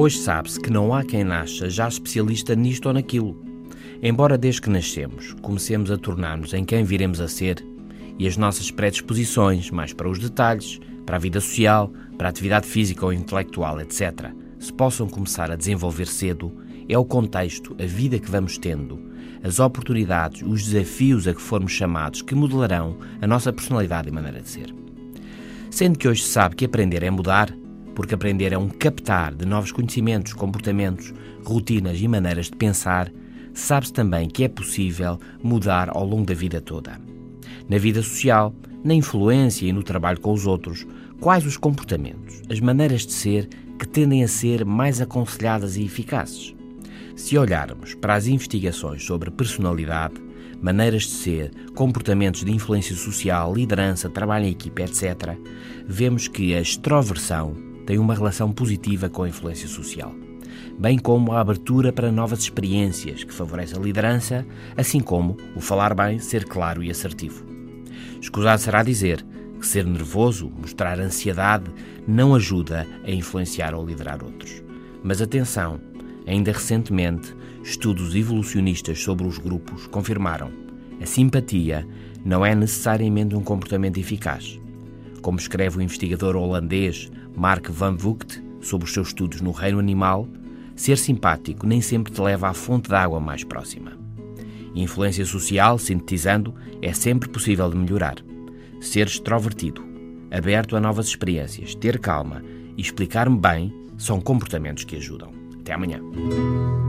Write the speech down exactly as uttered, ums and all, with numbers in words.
Hoje sabe-se que não há quem nasça já especialista nisto ou naquilo. Embora desde que nascemos comecemos a tornar-nos em quem viremos a ser, e as nossas predisposições, mais para os detalhes, para a vida social, para a atividade física ou intelectual, etcétera, se possam começar a desenvolver cedo, é o contexto, a vida que vamos tendo, as oportunidades, os desafios a que formos chamados que modelarão a nossa personalidade e maneira de ser. Sendo que hoje se sabe que aprender é mudar, porque aprender é um captar de novos conhecimentos, comportamentos, rotinas e maneiras de pensar, sabe-se também que é possível mudar ao longo da vida toda. Na vida social, na influência e no trabalho com os outros, quais os comportamentos, as maneiras de ser que tendem a ser mais aconselhadas e eficazes? Se olharmos para as investigações sobre personalidade, maneiras de ser, comportamentos de influência social, liderança, trabalho em equipe, etcétera, vemos que a extroversão tem uma relação positiva com a influência social, bem como a abertura para novas experiências que favorece a liderança, assim como o falar bem, ser claro e assertivo. Escusado será dizer que ser nervoso, mostrar ansiedade, não ajuda a influenciar ou liderar outros. Mas atenção, ainda recentemente, estudos evolucionistas sobre os grupos confirmaram que a simpatia não é necessariamente um comportamento eficaz. Como escreve o investigador holandês Mark van Vugt sobre os seus estudos no reino animal, ser simpático nem sempre te leva à fonte de água mais próxima. Influência social, sintetizando, é sempre possível de melhorar. Ser extrovertido, aberto a novas experiências, ter calma e explicar-me bem são comportamentos que ajudam. Até amanhã.